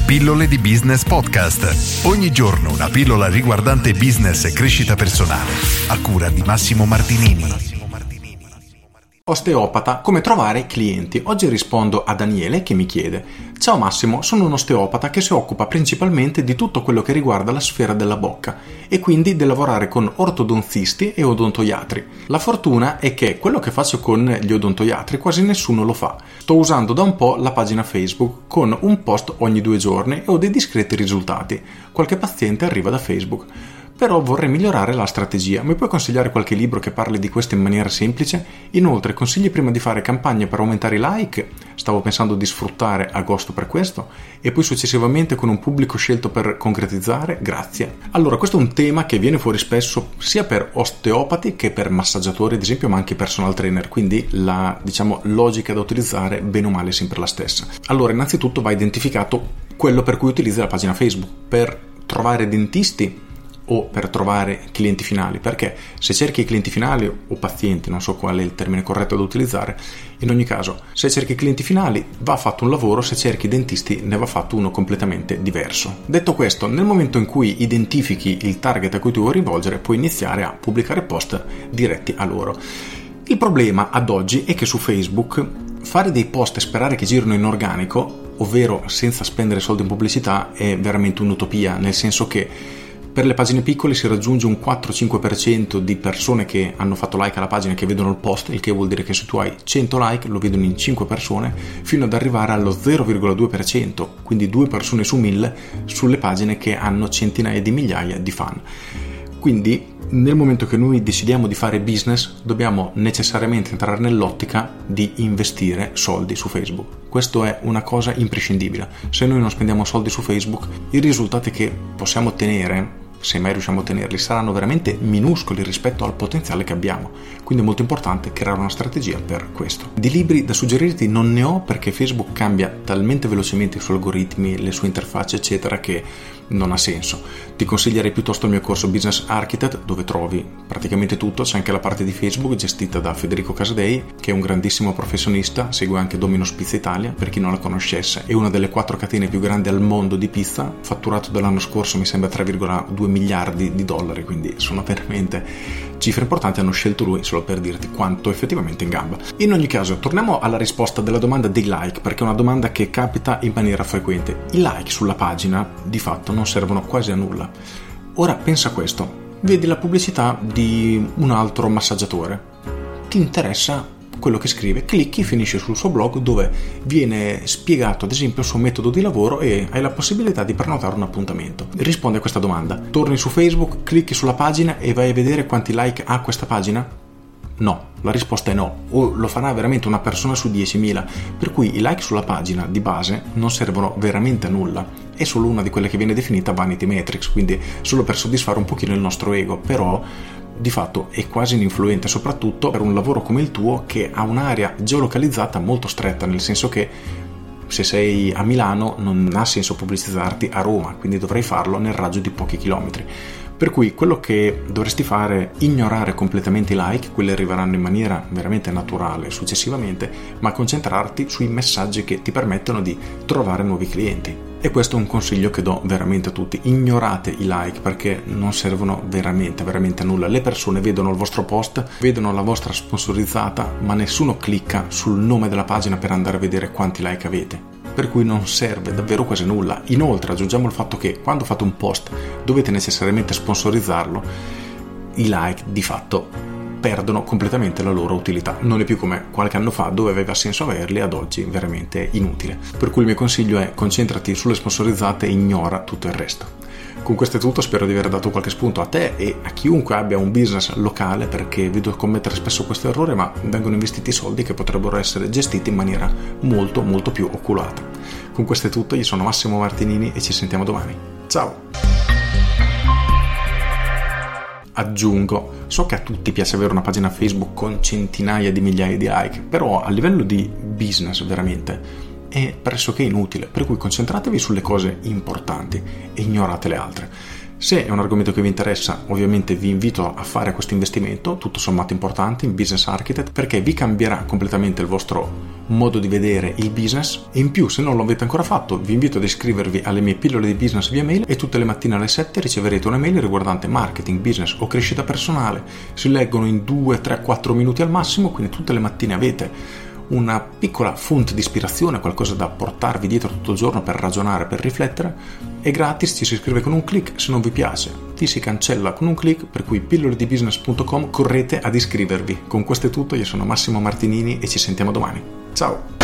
Pillole di Business Podcast. Ogni giorno una pillola riguardante business e crescita personale. A cura di Massimo Martinini. Osteopata, come trovare clienti? Oggi rispondo a Daniele che mi chiede: ciao Massimo, sono un osteopata che si occupa principalmente di tutto quello che riguarda la sfera della bocca e quindi di lavorare con ortodonzisti e odontoiatri. La fortuna è che quello che faccio con gli odontoiatri quasi nessuno lo fa. Sto usando da un po' la pagina Facebook con un post ogni 2 giorni e ho dei discreti risultati. Qualche paziente arriva da Facebook. Però vorrei migliorare la strategia. Mi puoi consigliare qualche libro che parli di questo in maniera semplice? Inoltre, consigli prima di fare campagne per aumentare i like? Stavo pensando di sfruttare agosto per questo e poi successivamente con un pubblico scelto per concretizzare? Grazie. Allora, questo è un tema che viene fuori spesso sia per osteopati che per massaggiatori, ad esempio, ma anche personal trainer, quindi la, logica da utilizzare bene o male è sempre la stessa. Allora, innanzitutto va identificato quello per cui utilizzi la pagina Facebook. Per trovare dentisti o per trovare clienti finali, perché se cerchi clienti finali o pazienti, non so qual è il termine corretto da utilizzare, in ogni caso se cerchi clienti finali va fatto un lavoro, se cerchi dentisti ne va fatto uno completamente diverso. Detto questo, nel momento in cui identifichi il target a cui tu vuoi rivolgere puoi iniziare a pubblicare post diretti a loro. Il problema ad oggi è che su Facebook fare dei post e sperare che girino in organico, ovvero senza spendere soldi in pubblicità, è veramente un'utopia, nel senso che per le pagine piccole si raggiunge un 4-5% di persone che hanno fatto like alla pagina e che vedono il post, il che vuol dire che se tu hai 100 like lo vedono in 5 persone, fino ad arrivare allo 0,2%, quindi 2 persone su 1000 sulle pagine che hanno centinaia di migliaia di fan. Quindi nel momento che noi decidiamo di fare business dobbiamo necessariamente entrare nell'ottica di investire soldi su Facebook. Questo è una cosa imprescindibile. Se noi non spendiamo soldi su Facebook, i risultati che possiamo ottenere, se mai riusciamo a ottenerli, saranno veramente minuscoli rispetto al potenziale che abbiamo. Quindi è molto importante creare una strategia per questo. Di libri da suggerirti non ne ho, perché Facebook cambia talmente velocemente i suoi algoritmi, le sue interfacce eccetera, che non ha senso. Ti consiglierei piuttosto il mio corso Business Architect, dove trovi praticamente tutto. C'è anche la parte di Facebook gestita da Federico Casadei, che è un grandissimo professionista, segue anche Domino's Pizza Italia, per chi non la conoscesse. È una delle 4 catene più grandi al mondo di pizza, fatturato dall'anno scorso mi sembra 3,2 miliardi di dollari, quindi sono veramente cifre importanti. Hanno scelto lui solo per dirti quanto effettivamente in gamba. In ogni caso, torniamo alla risposta della domanda dei like, perché è una domanda che capita in maniera frequente. I like sulla pagina di fatto non servono quasi a nulla. Ora pensa a questo: vedi la pubblicità di un altro massaggiatore, ti interessa quello che scrive, clicchi, finisci sul suo blog dove viene spiegato ad esempio il suo metodo di lavoro e hai la possibilità di prenotare un appuntamento. Rispondi a questa domanda: torni su Facebook, clicchi sulla pagina e vai a vedere quanti like ha questa pagina? No, la risposta è no, o lo farà veramente una persona su 10.000, per cui i like sulla pagina di base non servono veramente a nulla, è solo una di quelle che viene definita vanity metrics, quindi solo per soddisfare un pochino il nostro ego, però di fatto è quasi ininfluente, soprattutto per un lavoro come il tuo che ha un'area geolocalizzata molto stretta, nel senso che se sei a Milano non ha senso pubblicizzarti a Roma, quindi dovrai farlo nel raggio di pochi chilometri. Per cui quello che dovresti fare è ignorare completamente i like, quelli arriveranno in maniera veramente naturale successivamente, ma concentrarti sui messaggi che ti permettono di trovare nuovi clienti. E questo è un consiglio che do veramente a tutti: ignorate i like, perché non servono veramente a nulla. Le persone vedono il vostro post, vedono la vostra sponsorizzata, ma nessuno clicca sul nome della pagina per andare a vedere quanti like avete, per cui non serve davvero quasi nulla. Inoltre aggiungiamo il fatto che quando fate un post dovete necessariamente sponsorizzarlo, i like di fatto perdono completamente la loro utilità. Non è più come qualche anno fa dove aveva senso averli, ad oggi veramente inutile. Per cui il mio consiglio è: concentrati sulle sponsorizzate e ignora tutto il resto. Con questo è tutto, spero di aver dato qualche spunto a te e a chiunque abbia un business locale, perché vedo commettere spesso questo errore, ma vengono investiti soldi che potrebbero essere gestiti in maniera molto più oculata. Con questo è tutto, io sono Massimo Martinini e ci sentiamo domani. Ciao! Aggiungo, so che a tutti piace avere una pagina Facebook con centinaia di migliaia di like, però a livello di business veramente è pressoché inutile, per cui concentratevi sulle cose importanti e ignorate le altre. Se è un argomento che vi interessa, ovviamente vi invito a fare questo investimento, tutto sommato importante, in Business Architect, perché vi cambierà completamente il vostro modo di vedere il business. E in più, se non lo avete ancora fatto, vi invito ad iscrivervi alle mie pillole di business via mail e tutte le mattine alle 7 riceverete una mail riguardante marketing, business o crescita personale. Si leggono in 2, 3, 4 minuti al massimo, quindi tutte le mattine avete una piccola fonte di ispirazione, qualcosa da portarvi dietro tutto il giorno per ragionare, per riflettere. È gratis, ci si iscrive con un click, se non vi piace vi si cancella con un click, per cui pilloledibusiness.com, correte ad iscrivervi. Con questo è tutto, io sono Massimo Martinini e ci sentiamo domani. Ciao!